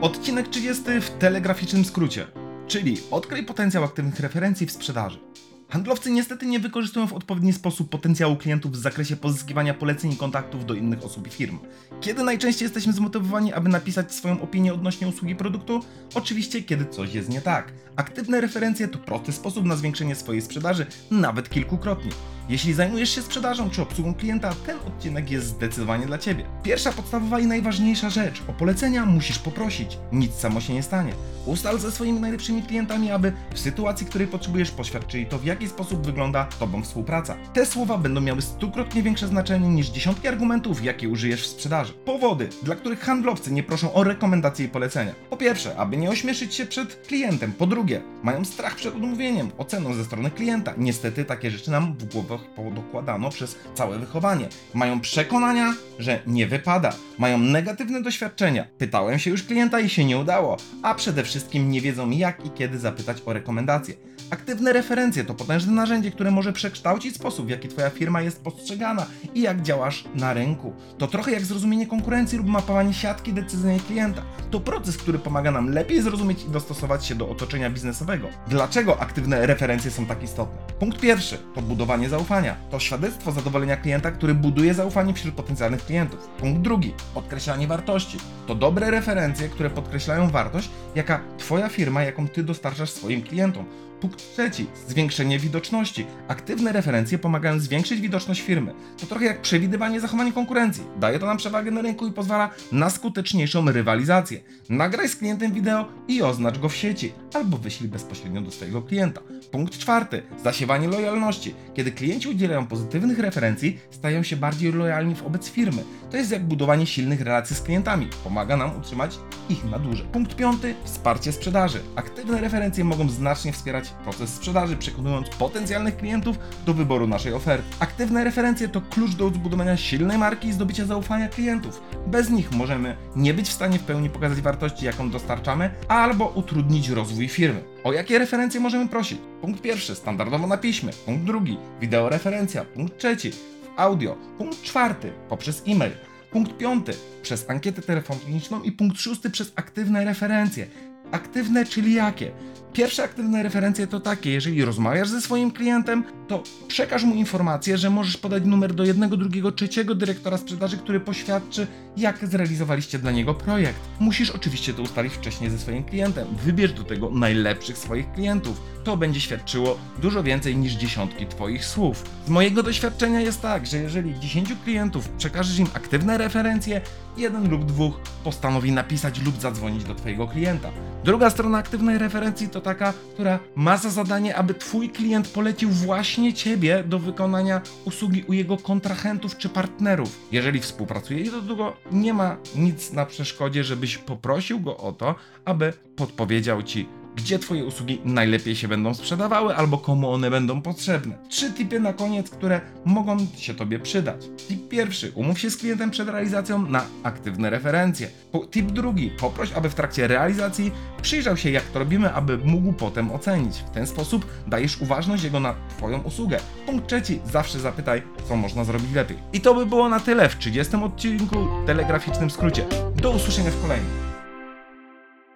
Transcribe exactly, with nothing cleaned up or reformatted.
Odcinek trzydziesty w telegraficznym skrócie, czyli odkryj potencjał aktywnych referencji w sprzedaży. Handlowcy niestety nie wykorzystują w odpowiedni sposób potencjału klientów w zakresie pozyskiwania poleceń i kontaktów do innych osób i firm. Kiedy najczęściej jesteśmy zmotywowani, aby napisać swoją opinię odnośnie usługi produktu? Oczywiście, kiedy coś jest nie tak. Aktywne referencje to prosty sposób na zwiększenie swojej sprzedaży, nawet kilkukrotnie. Jeśli zajmujesz się sprzedażą czy obsługą klienta, ten odcinek jest zdecydowanie dla Ciebie. Pierwsza podstawowa i najważniejsza rzecz. O polecenia musisz poprosić. Nic samo się nie stanie. Ustal ze swoimi najlepszymi klientami, aby w sytuacji, której potrzebujesz, poświadczyli to, w jaki sposób wygląda Tobą współpraca. Te słowa będą miały stukrotnie większe znaczenie niż dziesiątki argumentów, jakie użyjesz w sprzedaży. Powody, dla których handlowcy nie proszą o rekomendacje i polecenia. Po pierwsze, aby nie ośmieszyć się przed klientem. Po drugie, mają strach przed odmówieniem, oceną ze strony klienta. Niestety takie rzeczy nam w głowach podokładano przez całe wychowanie. Mają przekonania, że nie wypada. Mają negatywne doświadczenia. Pytałem się już klienta i się nie udało. A przede wszystkim nie wiedzą, jak i kiedy zapytać o rekomendacje. Aktywne referencje to potężne narzędzie, które może przekształcić sposób, w jaki Twoja firma jest postrzegana i jak działasz na rynku. To trochę jak zrozumienie konkurencji lub mapowanie siatki decyzyjnej klienta. To proces, który pomaga nam lepiej zrozumieć i dostosować się do otoczenia biznesowego. Dlaczego aktywne referencje są tak istotne? Punkt pierwszy to budowanie zaufania. To świadectwo zadowolenia klienta, który buduje zaufanie wśród potencjalnych klientów. Punkt drugi podkreślanie wartości. To dobre referencje, które podkreślają wartość, jaka Twoja firma, jaką Ty dostarczasz swoim klientom. Punkt trzeci. Zwiększenie widoczności. Aktywne referencje pomagają zwiększyć widoczność firmy. To trochę jak przewidywanie zachowań konkurencji. Daje to nam przewagę na rynku i pozwala na skuteczniejszą rywalizację. Nagraj z klientem wideo i oznacz go w sieci, albo wyślij bezpośrednio do swojego klienta. Punkt czwarty. Zasiewanie lojalności. Kiedy klienci udzielają pozytywnych referencji, stają się bardziej lojalni wobec firmy. To jest jak budowanie silnych relacji z klientami. Pomaga nam utrzymać ich na dłużej. Punkt piąty. Wsparcie sprzedaży. Aktywne referencje mogą znacznie wspierać proces sprzedaży, przekonując potencjalnych klientów do wyboru naszej oferty. Aktywne referencje to klucz do zbudowania silnej marki i zdobycia zaufania klientów. Bez nich możemy nie być w stanie w pełni pokazać wartości, jaką dostarczamy, albo utrudnić rozwój firmy. O jakie referencje możemy prosić? Punkt pierwszy, standardowo na piśmie. Punkt drugi, wideoreferencja. Punkt trzeci, w audio. Punkt czwarty, poprzez e-mail. Punkt piąty, przez ankietę telefoniczną i punkt szósty, przez aktywne referencje. Aktywne, czyli jakie? Pierwsze aktywne referencje to takie, jeżeli rozmawiasz ze swoim klientem, to przekaż mu informację, że możesz podać numer do jednego, drugiego, trzeciego dyrektora sprzedaży, który poświadczy, jak zrealizowaliście dla niego projekt. Musisz oczywiście to ustalić wcześniej ze swoim klientem. Wybierz do tego najlepszych swoich klientów. To będzie świadczyło dużo więcej niż dziesiątki Twoich słów. Z mojego doświadczenia jest tak, że jeżeli dziesięciu klientów przekażesz im aktywne referencje, jeden lub dwóch postanowi napisać lub zadzwonić do Twojego klienta. Druga strona aktywnej referencji to taka, która ma za zadanie, aby Twój klient polecił właśnie Ciebie do wykonania usługi u jego kontrahentów czy partnerów. Jeżeli współpracujecie, to długo nie ma nic na przeszkodzie, żebyś poprosił go o to, aby podpowiedział Ci, gdzie Twoje usługi najlepiej się będą sprzedawały albo komu one będą potrzebne. Trzy tipy na koniec, które mogą się Tobie przydać. Tip pierwszy. Umów się z klientem przed realizacją na aktywne referencje. Tip drugi. Poproś, aby w trakcie realizacji przyjrzał się, jak to robimy, aby mógł potem ocenić. W ten sposób dajesz uważność jego na Twoją usługę. Punkt trzeci. Zawsze zapytaj, co można zrobić lepiej. I to by było na tyle w trzydziestym odcinku telegraficznym skrócie. Do usłyszenia w kolejnym.